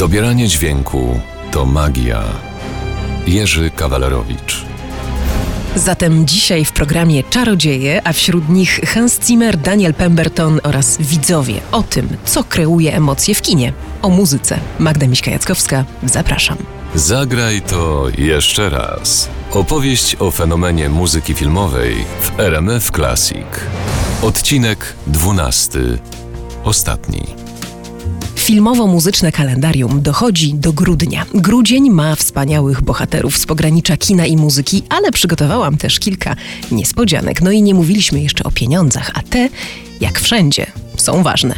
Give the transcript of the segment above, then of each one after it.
Dobieranie dźwięku to magia. Jerzy Kawalerowicz. Zatem dzisiaj w programie Czarodzieje, a wśród nich Hans Zimmer, Daniel Pemberton oraz widzowie o tym, co kreuje emocje w kinie. O muzyce. Magda Miśka-Jackowska. Zapraszam. Zagraj to jeszcze raz. Opowieść o fenomenie muzyki filmowej w RMF Classic. Odcinek 12. Ostatni. Filmowo-muzyczne kalendarium dochodzi do grudnia. Grudzień ma wspaniałych bohaterów z pogranicza kina i muzyki, ale przygotowałam też kilka niespodzianek. No i nie mówiliśmy jeszcze o pieniądzach, a te, jak wszędzie, są ważne.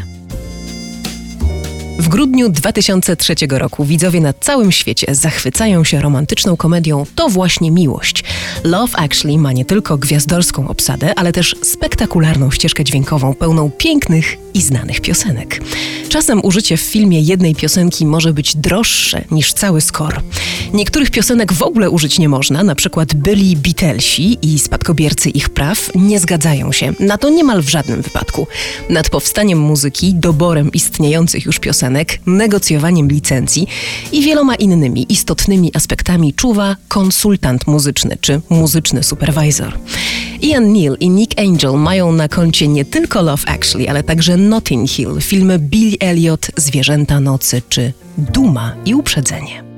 W grudniu 2003 roku widzowie na całym świecie zachwycają się romantyczną komedią To właśnie miłość. Love Actually ma nie tylko gwiazdorską obsadę, ale też spektakularną ścieżkę dźwiękową pełną pięknych i znanych piosenek. Czasem użycie w filmie jednej piosenki może być droższe niż cały score. Niektórych piosenek w ogóle użyć nie można, na przykład byli Beatlesi i spadkobiercy ich praw nie zgadzają się na to niemal w żadnym wypadku. Nad powstaniem muzyki, doborem istniejących już piosenek, negocjowaniem licencji i wieloma innymi istotnymi aspektami czuwa konsultant muzyczny czy muzyczny supervisor. Ian Neal i Nick Angel mają na koncie nie tylko Love Actually, ale także Notting Hill, filmy Billy Elliot, Zwierzęta nocy czy Duma i Uprzedzenie.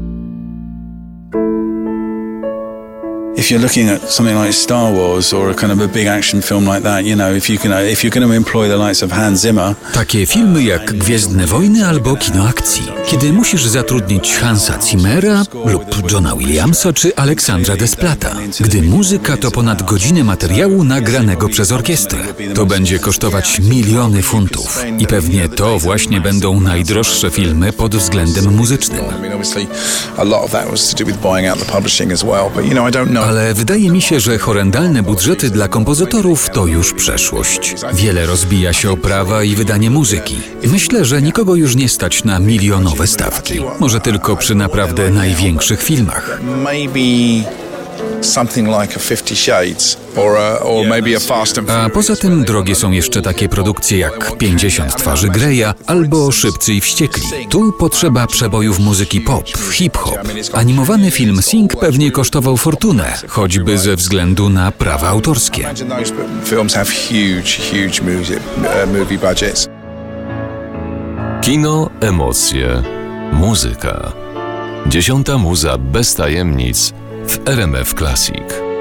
If you're looking at something like Star Wars or a kind of a big action film like that, you know, if you're going to employ the likes of Hans Zimmer. Takie filmy jak Gwiezdne Wojny albo kino akcji. Kiedy musisz zatrudnić Hansa Zimmera lub Johna Williamsa czy Aleksandra Desplata. Gdy muzyka to ponad godzinę materiału nagranego przez orkiestrę. To będzie kosztować miliony funtów. I pewnie to właśnie będą najdroższe filmy pod względem muzycznym. Ale wydaje mi się, że horrendalne budżety dla kompozytorów to już przeszłość. Wiele rozbija się o prawa i wydanie muzyki. Myślę, że nikogo już nie stać na milionowe stawki. Może tylko przy naprawdę największych filmach. A poza tym drogie są jeszcze takie produkcje jak 50 twarzy Greya albo Szybcy i wściekli. Tu potrzeba przebojów muzyki pop, hip-hop. Animowany film Sing pewnie kosztował fortunę, choćby ze względu na prawa autorskie. Kino, emocje, muzyka. 10. muza bez tajemnic w RMF Classic.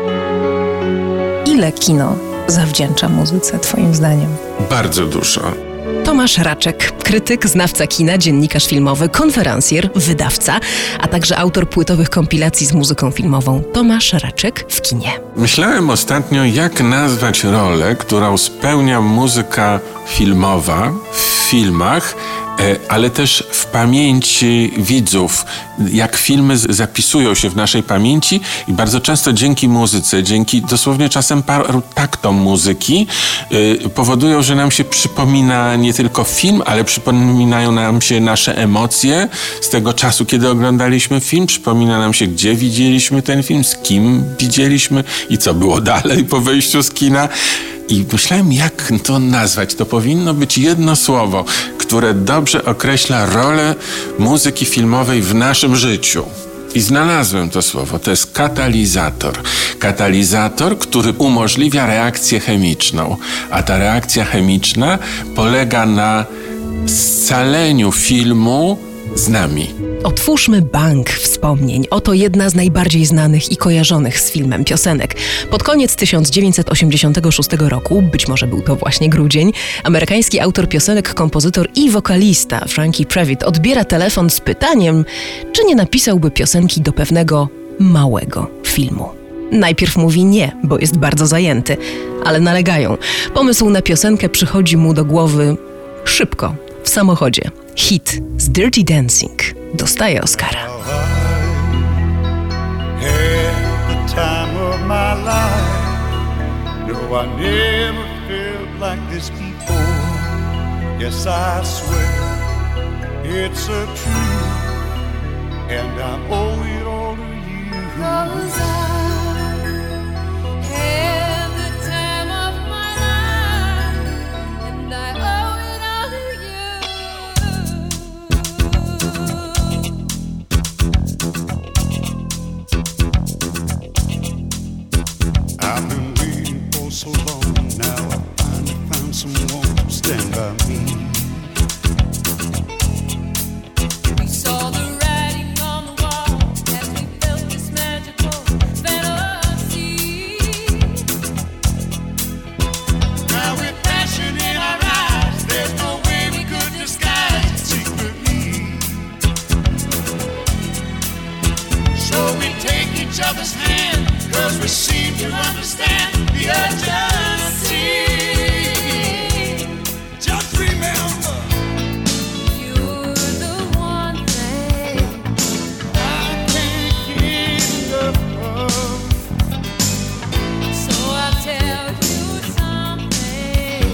Ile kino zawdzięcza muzyce, twoim zdaniem? Bardzo dużo. Tomasz Raczek, krytyk, znawca kina, dziennikarz filmowy, konferencjer, wydawca, a także autor płytowych kompilacji z muzyką filmową. Tomasz Raczek w kinie. Myślałem ostatnio, jak nazwać rolę, którą spełnia muzyka filmowa w filmach, ale też w pamięci widzów, jak filmy zapisują się w naszej pamięci i bardzo często dzięki muzyce, dzięki dosłownie czasem paru taktom muzyki powodują, że nam się przypomina nie tylko film, ale przypominają nam się nasze emocje z tego czasu, kiedy oglądaliśmy film, przypomina nam się, gdzie widzieliśmy ten film, z kim widzieliśmy i co było dalej po wyjściu z kina. I myślałem, jak to nazwać. To powinno być jedno słowo, które dobrze określa rolę muzyki filmowej w naszym życiu. I znalazłem to słowo. To jest katalizator. Katalizator, który umożliwia reakcję chemiczną. A ta reakcja chemiczna polega na scaleniu filmu z nami. Otwórzmy bank wspomnień. Oto jedna z najbardziej znanych i kojarzonych z filmem piosenek. Pod koniec 1986 roku, być może był to właśnie grudzień, amerykański autor piosenek, kompozytor i wokalista Frankie Previtt odbiera telefon z pytaniem, czy nie napisałby piosenki do pewnego małego filmu. Najpierw mówi nie, bo jest bardzo zajęty, ale nalegają. Pomysł na piosenkę przychodzi mu do głowy szybko, w samochodzie. Hit z Dirty Dancing dostaje Oscara. 'cause we seem to understand the urgency. Just remember, You're the one thing I can't get enough of. So I'll tell you something.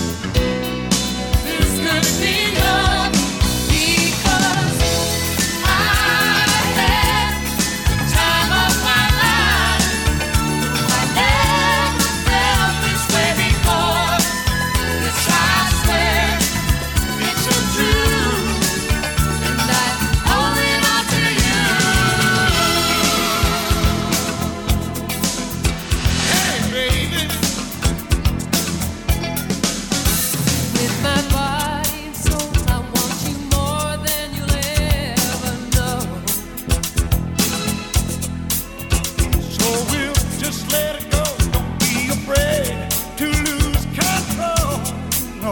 This could be love, because I had the time of my life. I never felt this way before. Yes, I swear it's so true, and I owe it all to you. Hey, baby. With my body and soul, I want you more than you'll ever know. So we'll just let it go. Don't be afraid to lose control. No.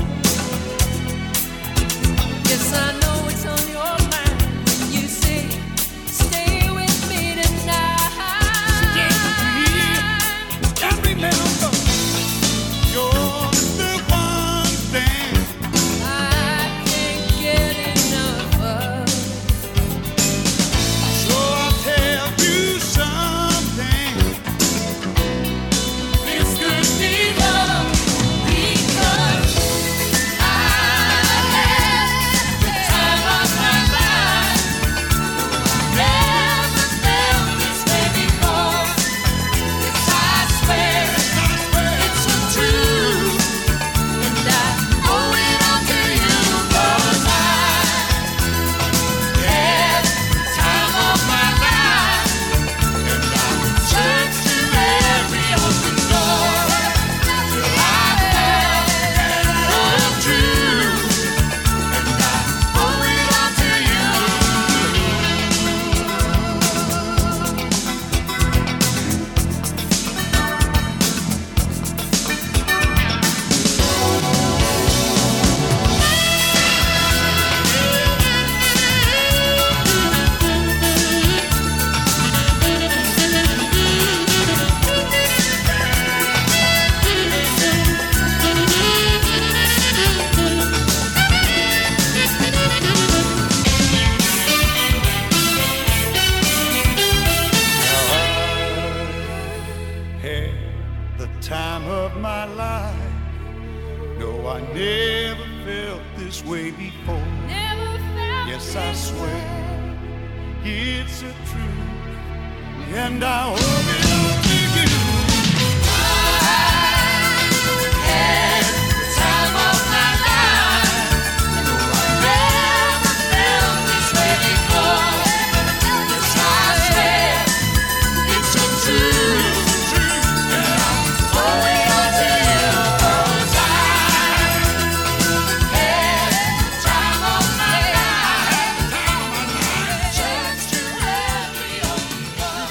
Yes, I know it's on your mind when you say, stay with me tonight. And remember, you're the one thing I can't get enough of. so I'll tell you something. This could be love, because I had the time of my life. Never felt this way before. Yes, I swear it's so true, and I owe it all to you, 'cause I had the time of my life, and I searched through every open door till I found love true, and I owe it all to you. Had the time of my life. No, I never felt this way before. Never felt Yes, I this swear way. it's a truth, and I owe it all to you. I had the time of my life. No, I never felt this way before. Yes, I swear it's so true, and I owe it all to you, 'cause I had the time of my life. Searched through every open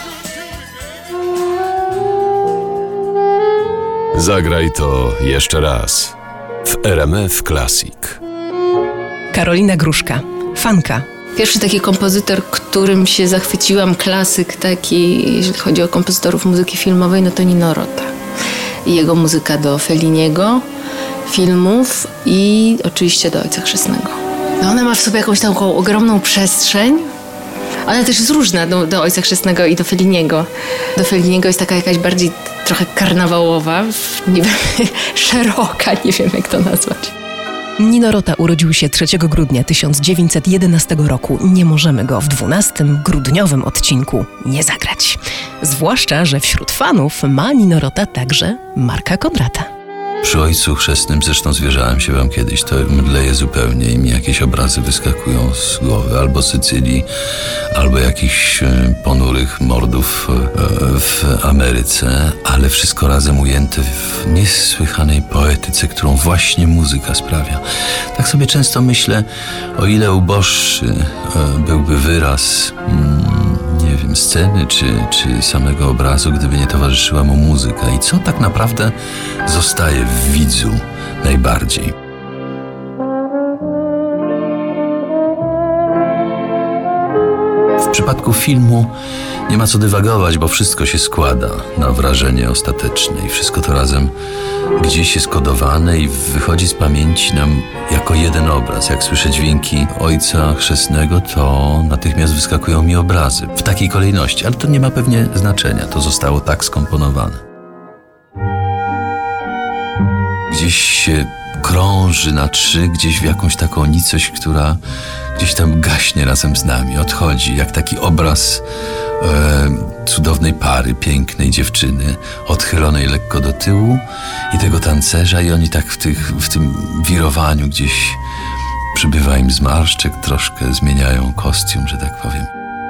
door. Zagraj to jeszcze raz w RMF Classic. Karolina Gruszka, fanka. Pierwszy taki kompozytor, którym się zachwyciłam, klasyk taki, jeśli chodzi o kompozytorów muzyki filmowej, no to Nino Rota. I jego muzyka do Felliniego, filmów i oczywiście do Ojca Chrzestnego. No ona ma w sobie jakąś taką ogromną przestrzeń. Ona też jest różna do Ojca Chrzestnego i do Felliniego. Do Felliniego jest taka jakaś bardziej trochę karnawałowa, nie wiem, szeroka, nie wiem jak to nazwać. Nino Rota urodził się 3 grudnia 1911 roku. Nie możemy go w 12. grudniowym odcinku nie zagrać. Zwłaszcza, że wśród fanów ma Nino Rota także Marka Konrata. Przy Ojcu Chrzestnym zresztą zwierzałem się wam kiedyś, to mdleję zupełnie i mi jakieś obrazy wyskakują z głowy, albo Sycylii, albo jakichś ponurych mordów w Ameryce, ale wszystko razem ujęte w niesłychanej poetyce, którą właśnie muzyka sprawia. Tak sobie często myślę, o ile uboższy byłby wyraz nie wiem, sceny czy samego obrazu, gdyby nie towarzyszyła mu muzyka. I co tak naprawdę zostaje w widzu najbardziej? W przypadku filmu nie ma co dywagować, bo wszystko się składa na wrażenie ostateczne i wszystko to razem gdzieś jest kodowane i wychodzi z pamięci nam jako jeden obraz. Jak słyszę dźwięki Ojca Chrzestnego, to natychmiast wyskakują mi obrazy w takiej kolejności, ale to nie ma pewnie znaczenia, to zostało tak skomponowane. Gdzieś się krąży na trzy, gdzieś w jakąś taką nicość, która gdzieś tam gaśnie razem z nami, odchodzi, jak taki obraz cudownej pary, pięknej dziewczyny, odchylonej lekko do tyłu i tego tancerza i oni tak w tym wirowaniu gdzieś przybywa im zmarszczek, troszkę zmieniają kostium, że tak powiem.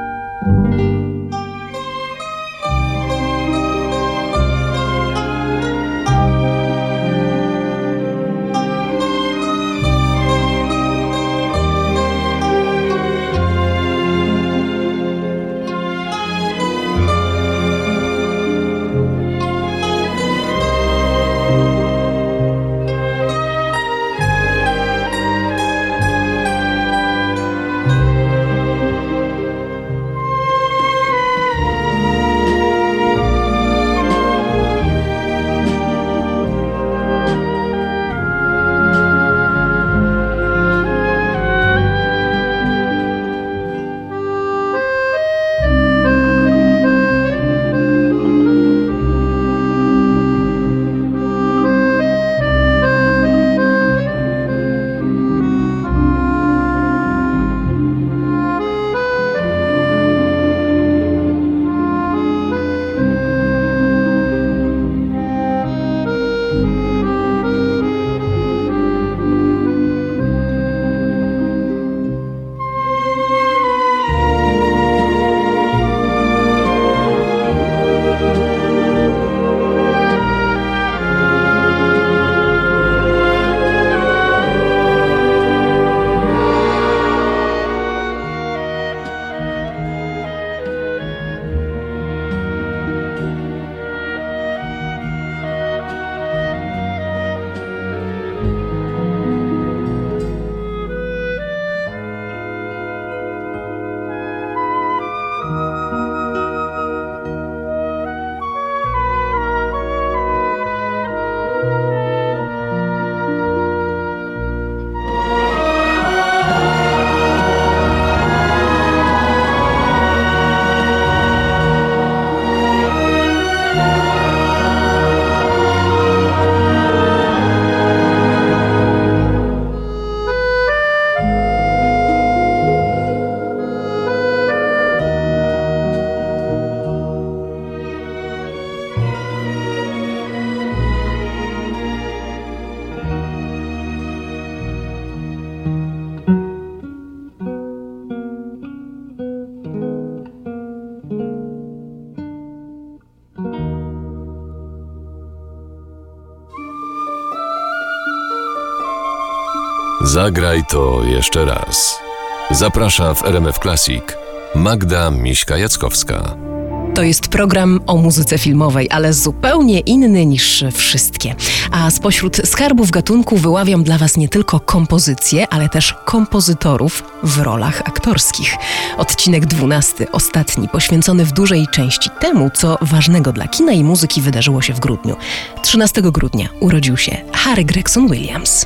Zagraj to jeszcze raz. Zaprasza w RMF Classic Magda Miśka-Jackowska. To jest program o muzyce filmowej, ale zupełnie inny niż wszystkie. A spośród skarbów gatunku wyławiam dla Was nie tylko kompozycje, ale też kompozytorów w rolach aktorskich. Odcinek 12, ostatni, poświęcony w dużej części temu, co ważnego dla kina i muzyki wydarzyło się w grudniu. 13 grudnia urodził się Harry Gregson Williams.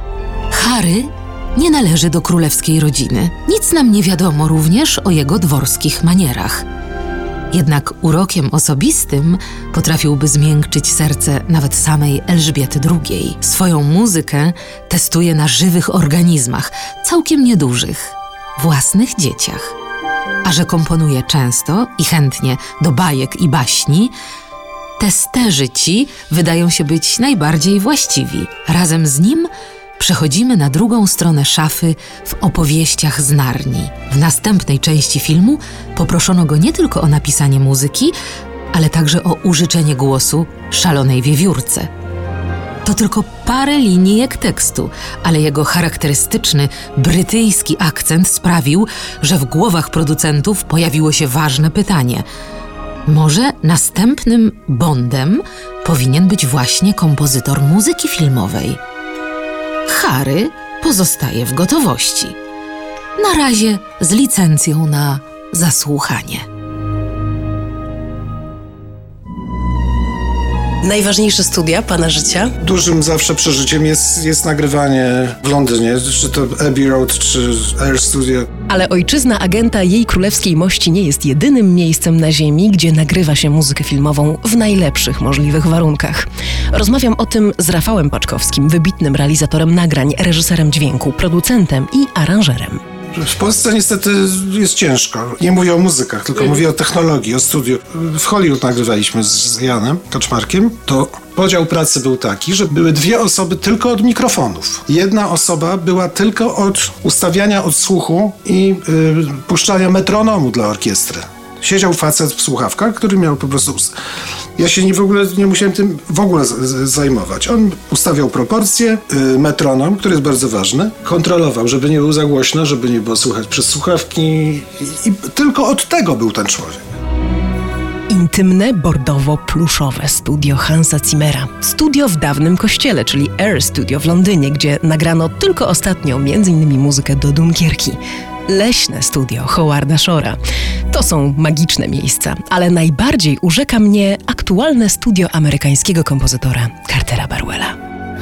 Harry nie należy do królewskiej rodziny. Nic nam nie wiadomo również o jego dworskich manierach. Jednak urokiem osobistym potrafiłby zmiękczyć serce nawet samej Elżbiety II. Swoją muzykę testuje na żywych organizmach, całkiem niedużych, własnych dzieciach. A że komponuje często i chętnie do bajek i baśni, testerzy ci wydają się być najbardziej właściwi. Razem z nim przechodzimy na drugą stronę szafy w opowieściach z Narni. W następnej części filmu poproszono go nie tylko o napisanie muzyki, ale także o użyczenie głosu szalonej wiewiórce. To tylko parę linijek tekstu, ale jego charakterystyczny brytyjski akcent sprawił, że w głowach producentów pojawiło się ważne pytanie. Może następnym Bondem powinien być właśnie kompozytor muzyki filmowej? Harry pozostaje w gotowości. Na razie z licencją na zasłuchanie. Najważniejsze studia pana życia? Dużym zawsze przeżyciem jest nagrywanie w Londynie, czy to Abbey Road, czy Air Studio. Ale ojczyzna agenta Jej Królewskiej Mości nie jest jedynym miejscem na ziemi, gdzie nagrywa się muzykę filmową w najlepszych możliwych warunkach. Rozmawiam o tym z Rafałem Paczkowskim, wybitnym realizatorem nagrań, reżyserem dźwięku, producentem i aranżerem. W Polsce niestety jest ciężko. Nie mówię o muzykach, tylko mówię o technologii, o studiu. W Hollywood nagrywaliśmy z Janem Kaczmarkiem. To podział pracy był taki, że były dwie osoby tylko od mikrofonów. Jedna osoba była tylko od ustawiania odsłuchu i puszczania metronomu dla orkiestry. Siedział facet w słuchawkach, który miał po prostu... Ja się w ogóle nie musiałem tym w ogóle zajmować. On ustawiał proporcje, metronom, który jest bardzo ważny, kontrolował, żeby nie był za głośno, żeby nie było słychać przez słuchawki i tylko od tego był ten człowiek. Intymne, bordowo-pluszowe studio Hansa Zimmera. Studio w dawnym kościele, czyli Air Studio w Londynie, gdzie nagrano tylko ostatnio m.in. muzykę do Dunkierki. Leśne studio Howarda Shore'a. To są magiczne miejsca, ale najbardziej urzeka mnie aktualne studio amerykańskiego kompozytora Cartera Barwella.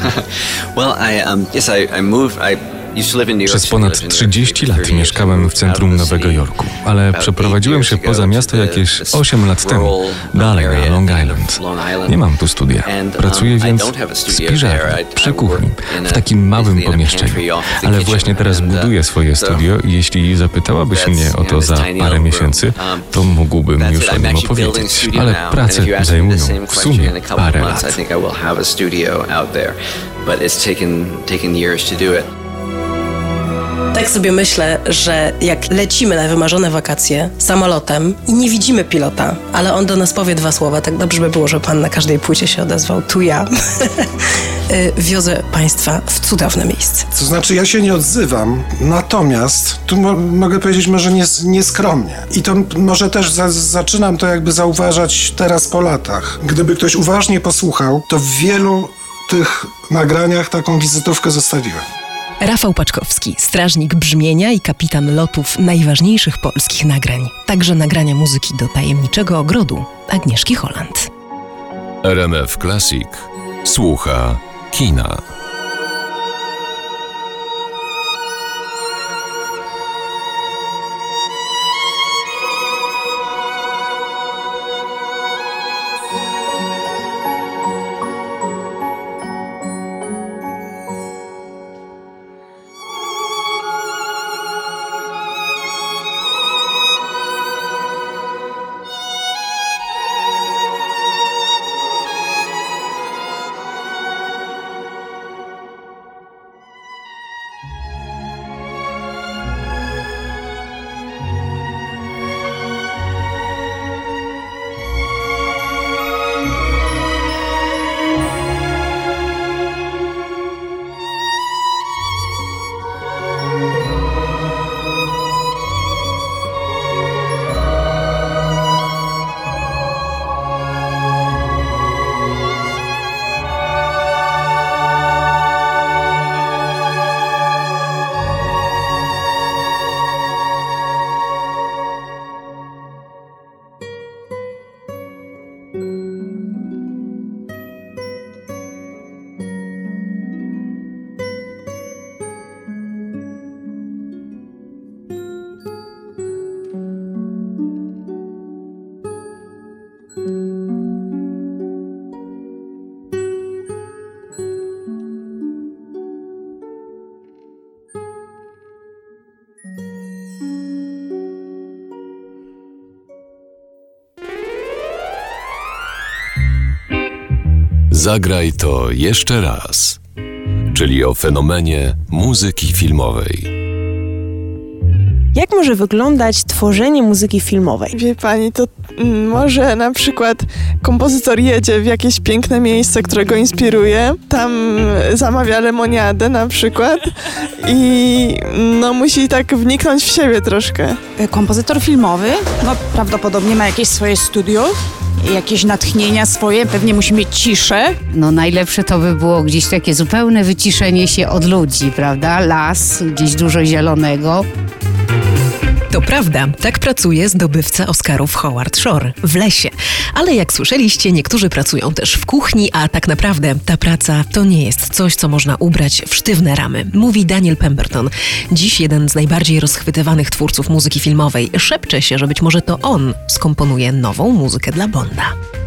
Przez ponad 30 lat mieszkałem w centrum Nowego Jorku, ale przeprowadziłem się poza miasto jakieś 8 lat temu, dalej na Long Island. Nie mam tu studia. Pracuję więc w spiżarni, przy kuchni, w takim małym pomieszczeniu. Ale właśnie teraz buduję swoje studio i jeśli zapytałabyś mnie o to za parę miesięcy, to mógłbym już o nim opowiedzieć. Ale prace zajmują w sumie parę lat. Tak sobie myślę, że jak lecimy na wymarzone wakacje samolotem i nie widzimy pilota, ale on do nas powie 2 słowa, tak dobrze by było, żeby pan na każdej płycie się odezwał, tu ja. Wiozę państwa w cudowne miejsce. To znaczy, ja się nie odzywam, natomiast tu mogę powiedzieć może nieskromnie. I to może też zaczynam to jakby zauważać teraz po latach. Gdyby ktoś uważnie posłuchał, to w wielu tych nagraniach taką wizytówkę zostawiłem. Rafał Paczkowski, strażnik brzmienia i kapitan lotów najważniejszych polskich nagrań. Także nagrania muzyki do Tajemniczego Ogrodu Agnieszki Holland. RMF Classic słucha kina. Zagraj to jeszcze raz, czyli o fenomenie muzyki filmowej. Jak może wyglądać tworzenie muzyki filmowej? Wie pani, to może na przykład kompozytor jedzie w jakieś piękne miejsce, które go inspiruje, tam zamawia lemoniadę na przykład i musi tak wniknąć w siebie troszkę. Kompozytor filmowy, prawdopodobnie ma jakieś swoje studio, jakieś natchnienia swoje, pewnie musi mieć ciszę. Najlepsze to by było gdzieś takie zupełne wyciszenie się od ludzi, prawda? Las, gdzieś dużo zielonego. To prawda, tak pracuje zdobywca Oscarów Howard Shore w lesie. Ale jak słyszeliście, niektórzy pracują też w kuchni, a tak naprawdę ta praca to nie jest coś, co można ubrać w sztywne ramy. Mówi Daniel Pemberton, dziś jeden z najbardziej rozchwytywanych twórców muzyki filmowej. Szepcze się, że być może to on skomponuje nową muzykę dla Bonda.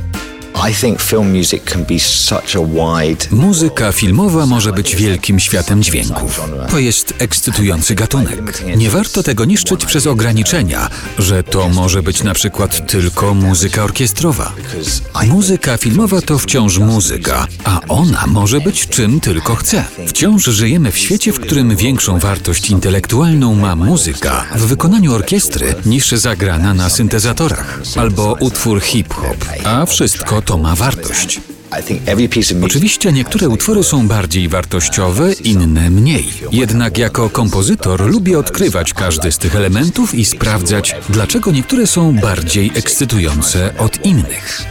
Muzyka filmowa może być wielkim światem dźwięków. To jest ekscytujący gatunek. Nie warto tego niszczyć przez ograniczenia, że to może być na przykład tylko muzyka orkiestrowa. Muzyka filmowa to wciąż muzyka, a ona może być czym tylko chce. Wciąż żyjemy w świecie, w którym większą wartość intelektualną ma muzyka w wykonaniu orkiestry niż zagrana na syntezatorach albo utwór hip-hop, a wszystko to ma wartość. Oczywiście niektóre utwory są bardziej wartościowe, inne mniej. Jednak jako kompozytor lubię odkrywać każdy z tych elementów i sprawdzać, dlaczego niektóre są bardziej ekscytujące od innych.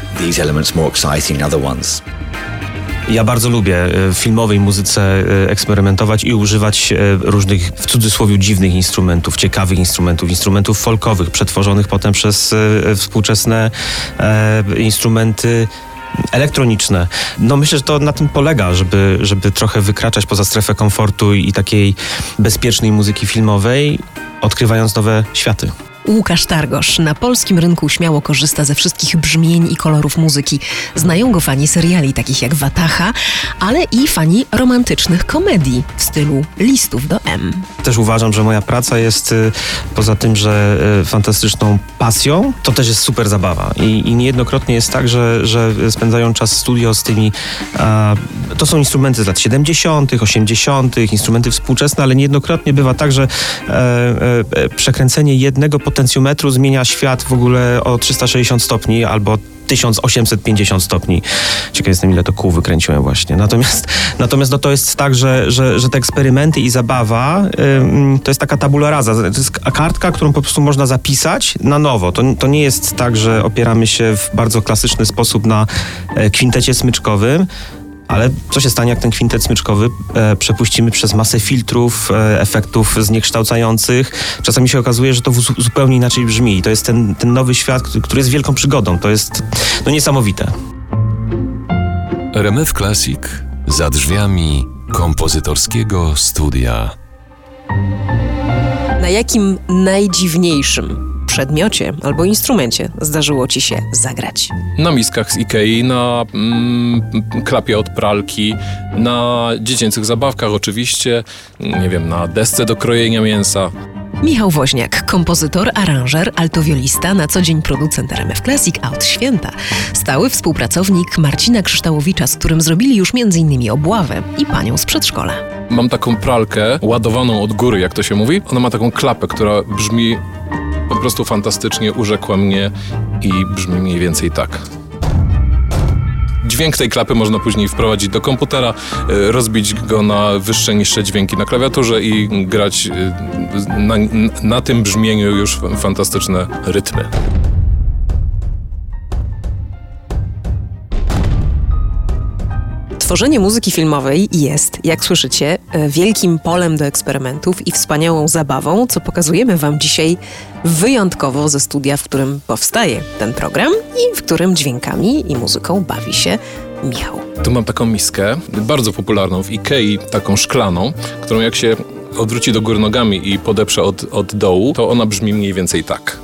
Ja bardzo lubię w filmowej muzyce eksperymentować i używać różnych, w cudzysłowie, dziwnych instrumentów, ciekawych instrumentów folkowych, przetworzonych potem przez współczesne instrumenty elektroniczne. No myślę, że to na tym polega, żeby trochę wykraczać poza strefę komfortu i takiej bezpiecznej muzyki filmowej, odkrywając nowe światy. Łukasz Targosz na polskim rynku śmiało korzysta ze wszystkich brzmień i kolorów muzyki. Znają go fani seriali takich jak Wataha, ale i fani romantycznych komedii w stylu Listów do M. Też uważam, że moja praca jest poza tym, że fantastyczną pasją, to też jest super zabawa. I niejednokrotnie jest tak, że spędzają czas w studio z tymi... to są instrumenty z lat 70., 80., instrumenty współczesne, ale niejednokrotnie bywa tak, że przekręcenie jednego potencjometru zmienia świat w ogóle o 360 stopni albo 1850 stopni. Ciekaw jestem, ile to kół wykręciłem właśnie. Natomiast no to jest tak, że te eksperymenty i zabawa to jest taka tabula rasa. To jest kartka, którą po prostu można zapisać na nowo. To nie jest tak, że opieramy się w bardzo klasyczny sposób na kwintecie smyczkowym, ale co się stanie, jak ten kwintet smyczkowy przepuścimy przez masę filtrów, efektów zniekształcających. Czasami się okazuje, że to zupełnie inaczej brzmi. I to jest ten nowy świat, który jest wielką przygodą. To jest niesamowite. RMF Classic za drzwiami kompozytorskiego studia. Na jakim najdziwniejszym przedmiocie albo instrumencie zdarzyło ci się zagrać? Na miskach z Ikei, na klapie od pralki, na dziecięcych zabawkach oczywiście, nie wiem, na desce do krojenia mięsa. Michał Woźniak, kompozytor, aranżer, altowiolista, na co dzień producent RMF Classic, a od święta stały współpracownik Marcina Krzyształowicza, z którym zrobili już m.in. Obławę i Panią z przedszkola. Mam taką pralkę ładowaną od góry, jak to się mówi. Ona ma taką klapę, która brzmi po prostu fantastycznie, urzekła mnie i brzmi mniej więcej tak. Dźwięk tej klapy można później wprowadzić do komputera, rozbić go na wyższe, niższe dźwięki na klawiaturze i grać na tym brzmieniu już fantastyczne rytmy. Tworzenie muzyki filmowej jest, jak słyszycie, wielkim polem do eksperymentów i wspaniałą zabawą, co pokazujemy wam dzisiaj wyjątkowo ze studia, w którym powstaje ten program i w którym dźwiękami i muzyką bawi się Michał. Tu mam taką miskę, bardzo popularną w Ikei, taką szklaną, którą jak się odwróci do góry nogami i podeprze od dołu, to ona brzmi mniej więcej tak.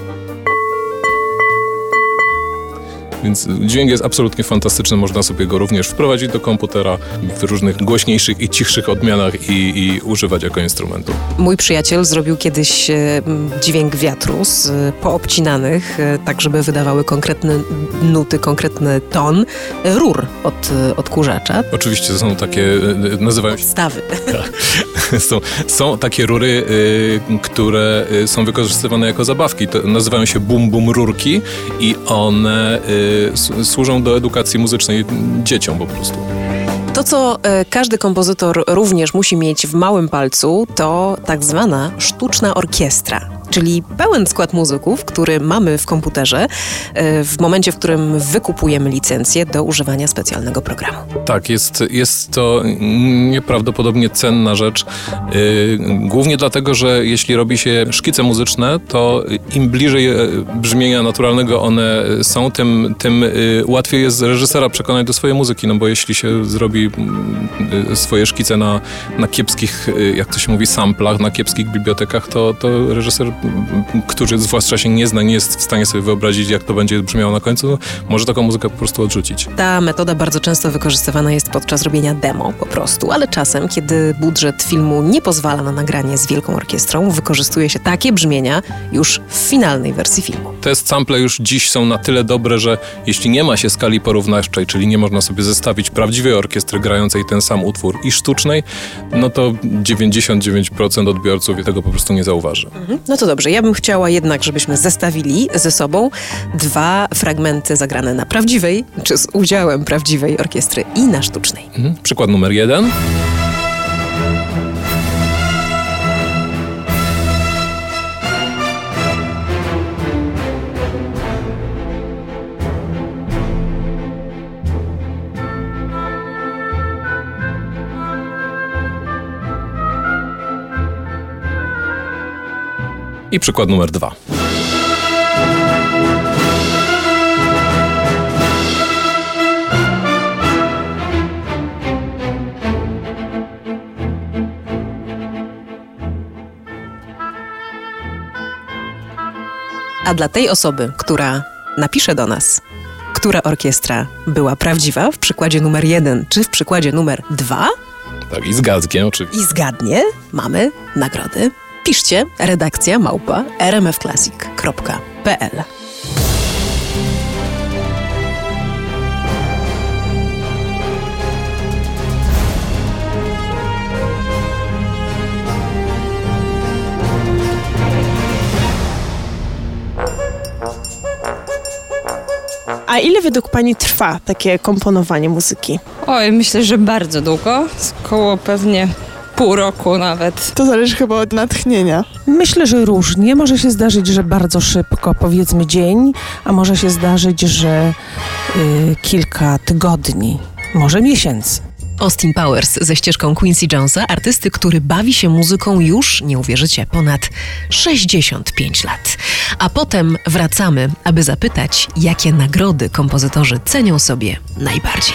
Więc dźwięk jest absolutnie fantastyczny, można sobie go również wprowadzić do komputera w różnych głośniejszych i cichszych odmianach i używać jako instrumentu. Mój przyjaciel zrobił kiedyś dźwięk wiatru z poobcinanych, tak żeby wydawały konkretne nuty, konkretny ton, rur od odkurzacza. Oczywiście są takie, nazywają się... Stawy. Są takie rury, które są wykorzystywane jako zabawki. To nazywają się bum-bum rurki i one służą do edukacji muzycznej dzieciom po prostu. To, co każdy kompozytor również musi mieć w małym palcu, to tak zwana sztuczna orkiestra. czyli pełen skład muzyków, który mamy w komputerze w momencie, w którym wykupujemy licencję do używania specjalnego programu. Tak, jest to nieprawdopodobnie cenna rzecz. Głównie dlatego, że jeśli robi się szkice muzyczne, to im bliżej brzmienia naturalnego one są, tym łatwiej jest reżysera przekonać do swojej muzyki, no bo jeśli się zrobi swoje szkice na kiepskich, jak to się mówi, samplach, na kiepskich bibliotekach, to reżyser, który zwłaszcza się nie zna, nie jest w stanie sobie wyobrazić, jak to będzie brzmiało na końcu, może taką muzykę po prostu odrzucić. Ta metoda bardzo często wykorzystywana jest podczas robienia demo po prostu, ale czasem, kiedy budżet filmu nie pozwala na nagranie z wielką orkiestrą, wykorzystuje się takie brzmienia już w finalnej wersji filmu. Te sample już dziś są na tyle dobre, że jeśli nie ma się skali porównawczej, czyli nie można sobie zestawić prawdziwej orkiestry grającej ten sam utwór i sztucznej, no to 99% odbiorców tego po prostu nie zauważy. No to dobrze, ja bym chciała jednak, żebyśmy zestawili ze sobą dwa fragmenty zagrane na prawdziwej, czy z udziałem prawdziwej orkiestry i na sztucznej. Przykład numer 1. I przykład numer 2. A dla tej osoby, która napisze do nas, która orkiestra była prawdziwa w przykładzie numer 1 czy w przykładzie numer 2, tak, i zgadnie oczywiście. I zgadnie, mamy nagrody. Piszcie redakcja@rmfclassic.pl. A ile według Pani trwa takie komponowanie muzyki? Oj, myślę, że bardzo długo. Około pewnie pół roku nawet. To zależy chyba od natchnienia. Myślę, że różnie. Może się zdarzyć, że bardzo szybko, powiedzmy dzień, a może się zdarzyć, że kilka tygodni, może miesięcy. Austin Powers ze ścieżką Quincy Jonesa, artysty, który bawi się muzyką już, nie uwierzycie, ponad 65 lat. A potem wracamy, aby zapytać, jakie nagrody kompozytorzy cenią sobie najbardziej.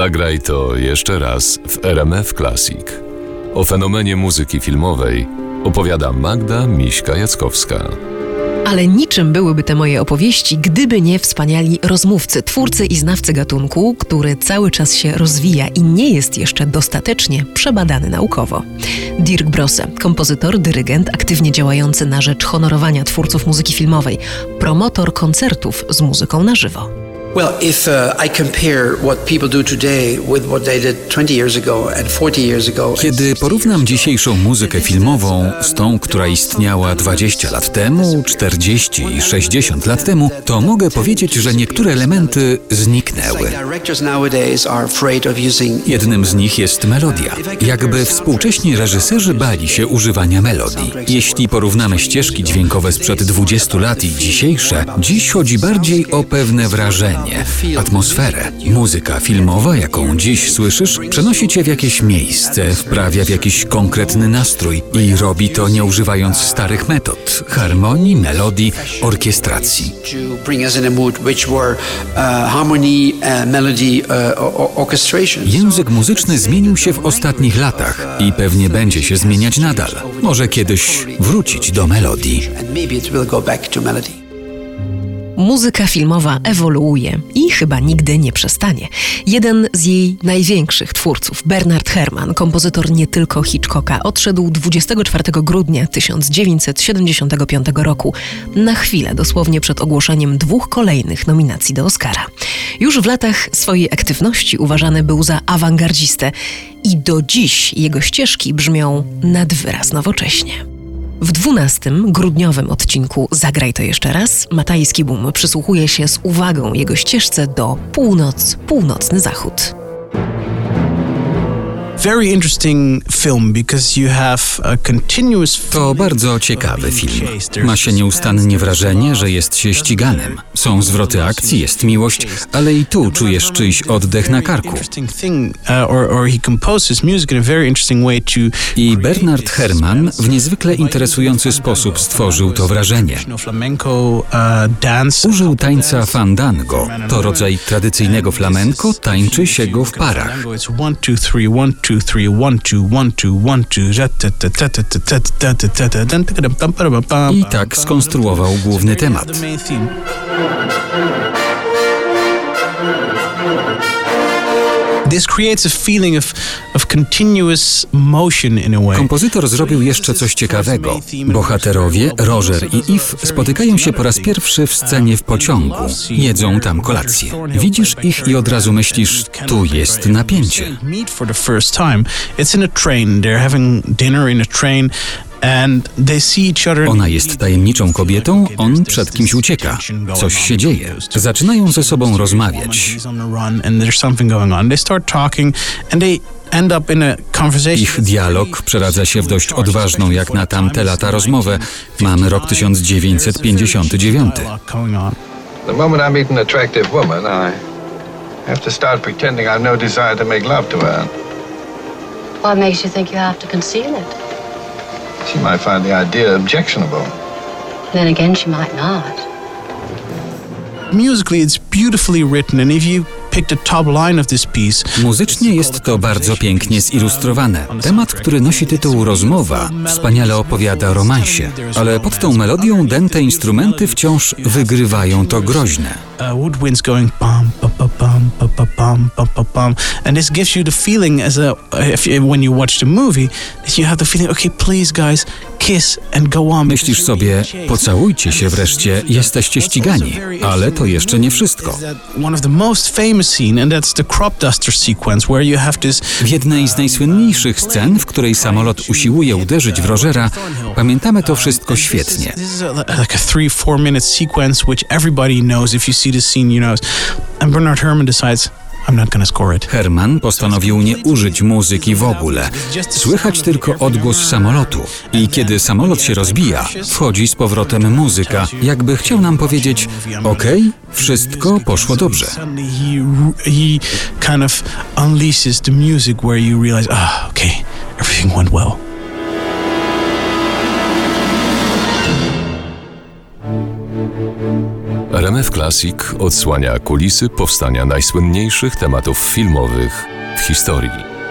Zagraj to jeszcze raz w RMF Classic. O fenomenie muzyki filmowej opowiada Magda Miśka-Jackowska. Ale niczym byłyby te moje opowieści, gdyby nie wspaniali rozmówcy, twórcy i znawcy gatunku, który cały czas się rozwija i nie jest jeszcze dostatecznie przebadany naukowo. Dirk Brosse, kompozytor, dyrygent, aktywnie działający na rzecz honorowania twórców muzyki filmowej, promotor koncertów z muzyką na żywo. Well, if I compare what people do today with what they did 20 years ago and 40 years ago. Kiedy porównam dzisiejszą muzykę filmową z tą, która istniała 20 lat temu, 40 i 60 lat temu, to mogę powiedzieć, że niektóre elementy zniknęły. Jednym z nich jest melodia. Jakby współcześni reżyserzy bali się używania melodii. Jeśli porównamy ścieżki dźwiękowe sprzed 20 lat i dzisiejsze, dziś chodzi bardziej o pewne wrażenie, atmosferę. Muzyka filmowa, jaką dziś słyszysz, przenosi cię w jakieś miejsce, wprawia w jakiś konkretny nastrój i robi to nie używając starych metod, harmonii, melodii, orkiestracji. Język muzyczny zmienił się w ostatnich latach i pewnie będzie się zmieniać nadal. Może kiedyś wrócić do melodii. Muzyka filmowa ewoluuje i chyba nigdy nie przestanie. Jeden z jej największych twórców, Bernard Herrmann, kompozytor nie tylko Hitchcocka, odszedł 24 grudnia 1975 roku, na chwilę dosłownie przed ogłoszeniem 2 kolejnych nominacji do Oscara. Już w latach swojej aktywności uważany był za awangardzistę i do dziś jego ścieżki brzmią nad wyraz nowocześnie. W 12. grudniowym odcinku Zagraj to jeszcze raz Matthijs Kibum przysłuchuje się z uwagą jego ścieżce do Północny Zachód. To bardzo ciekawy film. Ma się nieustannie wrażenie, że jest się ściganym. Są zwroty akcji, jest miłość, ale i tu czujesz czyjś oddech na karku. I Bernard Herrmann w niezwykle interesujący sposób stworzył to wrażenie. Użył tańca fandango. To rodzaj tradycyjnego flamenco, tańczy się go w parach. I tak skonstruował główny temat. Kompozytor zrobił jeszcze coś ciekawego. Bohaterowie, Roger i Eve, spotykają się po raz pierwszy w scenie w pociągu. Jedzą tam kolację. Widzisz ich i od razu myślisz, tu jest napięcie. Ona jest tajemniczą kobietą, on przed kimś ucieka. Coś się dzieje. Zaczynają ze sobą rozmawiać. Ich dialog przeradza się w dość odważną jak na tamte lata rozmowę. Mamy rok 1959. The moment I meet an attractive woman, I have to start pretending I've no desire to make love to her. What makes you think you have to conceal it? She might find the idea objectionable. Then again, she might not. Musically, it's beautifully written, and if you muzycznie jest to bardzo pięknie zilustrowane. Temat, który nosi tytuł Rozmowa, wspaniale opowiada o romansie, ale pod tą melodią dęte instrumenty wciąż wygrywają to groźne. Woodwinds going bum bum bum bum bum bum bum, and this gives you the feeling when you watch the movie that you have the feeling, okay, please guys, kiss and go on. Myślisz sobie, pocałujcie się wreszcie, jesteście ścigani, ale to jeszcze nie wszystko. W jednej z najsłynniejszych scen, w której samolot usiłuje uderzyć w Rogera, pamiętamy to wszystko świetnie. Like a 3-4 minute sequence which everybody knows. If you see the scene, you know. And Bernard Herrmann decides, I'm not gonna score it. Herrmann postanowił nie użyć muzyki w ogóle. Słychać tylko odgłos samolotu. I kiedy samolot się rozbija, wchodzi z powrotem muzyka. Jakby chciał nam powiedzieć, okej, wszystko poszło dobrze. He kind of unleashes the music where you realize, okay, everything went well. RMF Classic odsłania kulisy powstania najsłynniejszych tematów filmowych w historii.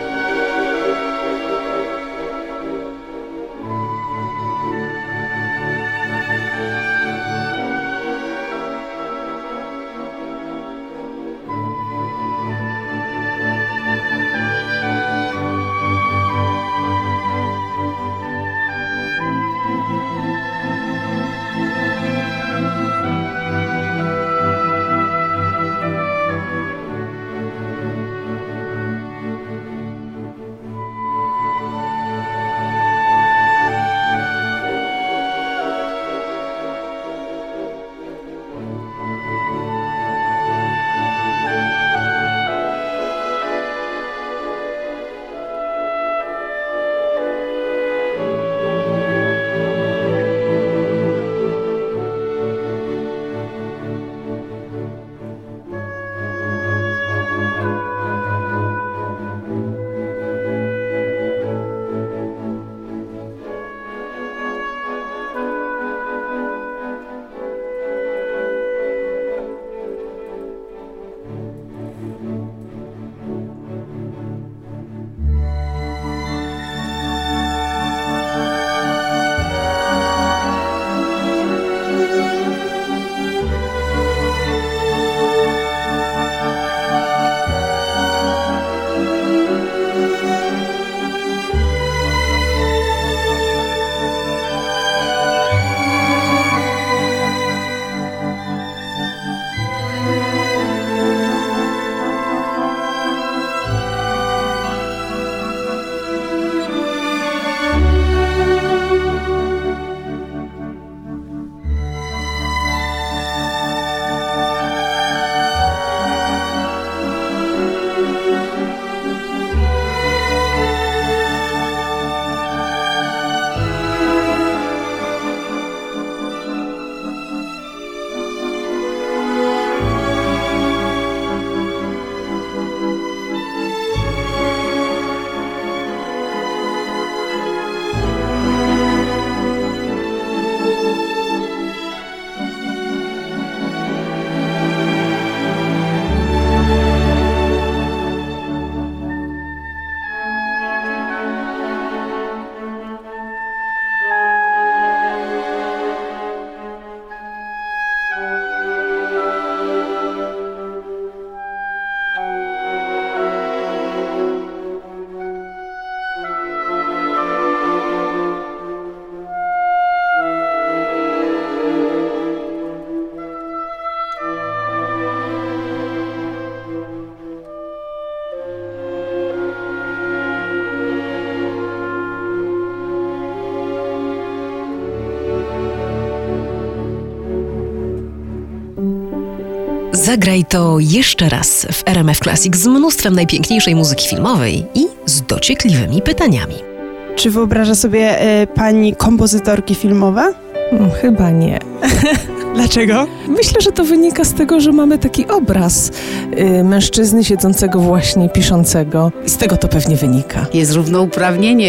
Zagraj to jeszcze raz w RMF Classic z mnóstwem najpiękniejszej muzyki filmowej i z dociekliwymi pytaniami. Czy wyobraża sobie pani kompozytorki filmowe? Chyba nie. Dlaczego? Myślę, że to wynika z tego, że mamy taki obraz mężczyzny siedzącego właśnie, piszącego. I z tego to pewnie wynika. Jest równouprawnienie,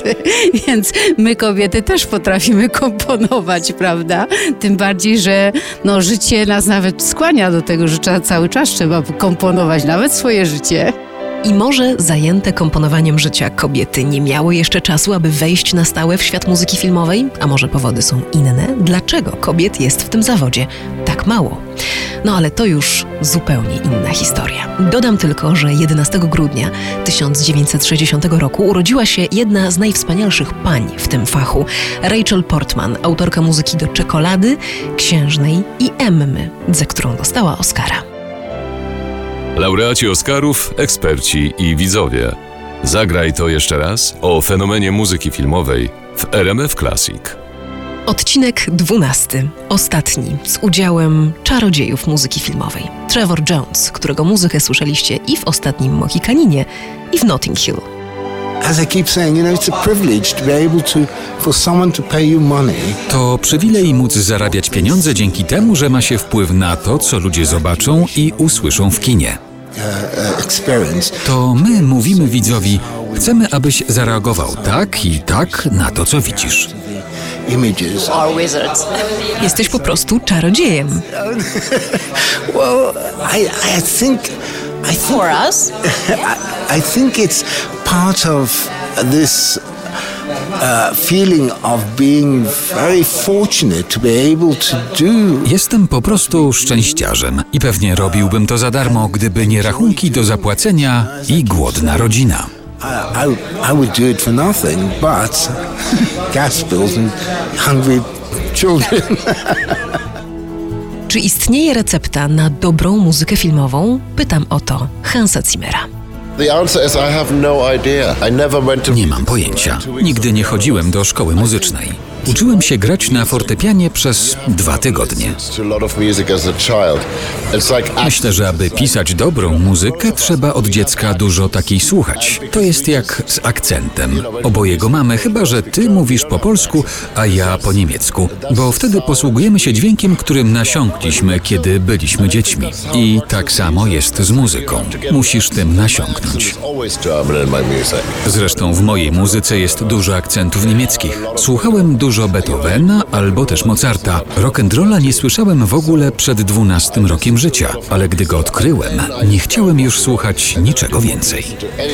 więc my kobiety też potrafimy komponować, prawda? Tym bardziej, że życie nas nawet skłania do tego, że cały czas trzeba komponować nawet swoje życie. I może zajęte komponowaniem życia kobiety nie miały jeszcze czasu, aby wejść na stałe w świat muzyki filmowej? A może powody są inne? Dlaczego kobiet jest w tym zawodzie tak mało? No ale to już zupełnie inna historia. Dodam tylko, że 11 grudnia 1960 roku urodziła się jedna z najwspanialszych pań w tym fachu. Rachel Portman, autorka muzyki do Czekolady, Księżnej i Emmy, za którą dostała Oscara. Laureaci Oscarów, eksperci i widzowie. Zagraj to jeszcze raz o fenomenie muzyki filmowej w RMF Classic. Odcinek 12, ostatni, z udziałem czarodziejów muzyki filmowej. Trevor Jones, którego muzykę słyszeliście i w Ostatnim Mohikaninie, i w Notting Hill. As I keep saying, it's a privilege to be able for someone to pay you money. To przywilej móc zarabiać pieniądze dzięki temu, że ma się wpływ na to, co ludzie zobaczą i usłyszą w kinie. To my mówimy widzowi, chcemy, abyś zareagował tak i tak na to, co widzisz. images. Jesteś po prostu czarodziejem. Well, I think for us, I think it's part of this feeling of being very fortunate to be able to do. Jestem po prostu szczęściarzem i pewnie robiłbym to za darmo, gdyby nie rachunki do zapłacenia i głodna rodzina. I would do it for nothing, but gas bills and hungry children. Czy istnieje recepta na dobrą muzykę filmową? Pytam o to Hansa Zimmera. Nie mam pojęcia. Nigdy nie chodziłem do szkoły muzycznej. Uczyłem się grać na fortepianie przez 2 tygodnie. Myślę, że aby pisać dobrą muzykę, trzeba od dziecka dużo takiej słuchać. To jest jak z akcentem. Oboje go mamy, chyba że ty mówisz po polsku, a ja po niemiecku. Bo wtedy posługujemy się dźwiękiem, którym nasiąkliśmy, kiedy byliśmy dziećmi. I tak samo jest z muzyką. Musisz tym nasiąknąć. Zresztą w mojej muzyce jest dużo akcentów niemieckich. Słuchałem dużo Beethovena albo też Mozarta. Rock'n'rolla nie słyszałem w ogóle przed 12 rokiem życia, ale gdy go odkryłem, nie chciałem już słuchać niczego więcej.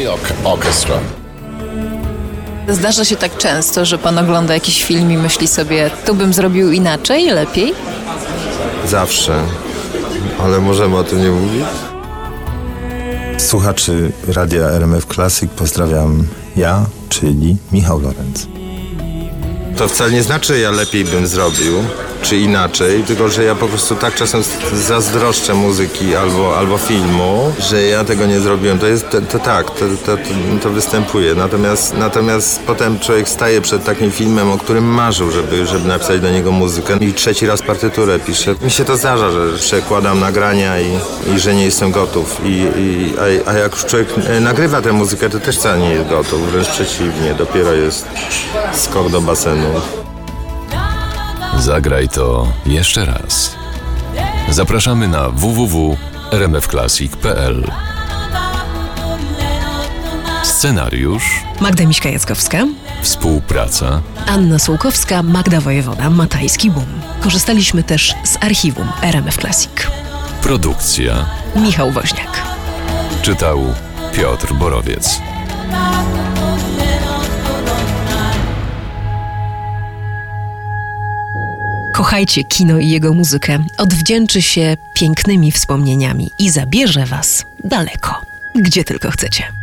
Zdarza się tak często, że pan ogląda jakiś film i myśli sobie, tu bym zrobił inaczej, lepiej? Zawsze, ale możemy o tym nie mówić? Słuchaczy Radia RMF Classic pozdrawiam ja, czyli Michał Lorenz. To wcale nie znaczy, że ja lepiej bym zrobił, czy inaczej, tylko że ja po prostu tak czasem zazdroszczę muzyki albo filmu, że ja tego nie zrobiłem. To występuje. Natomiast potem człowiek staje przed takim filmem, o którym marzył, żeby napisać do niego muzykę i 3. raz partyturę piszę. Mi się to zdarza, że przekładam nagrania i że nie jestem gotów. A jak już człowiek nagrywa tę muzykę, to też wcale nie jest gotów. Wręcz przeciwnie, dopiero jest skok do basenu. Zagraj to jeszcze raz. Zapraszamy na www.rmfclassic.pl. Scenariusz Magda Miśka-Jackowska. Współpraca Anna Sołkowska, Magda Wojewoda, Matajski Boom. Korzystaliśmy też z archiwum RMF Classic. Produkcja Michał Woźniak. Czytał Piotr Borowiec. Kochajcie kino i jego muzykę. Odwdzięczy się pięknymi wspomnieniami i zabierze was daleko, gdzie tylko chcecie.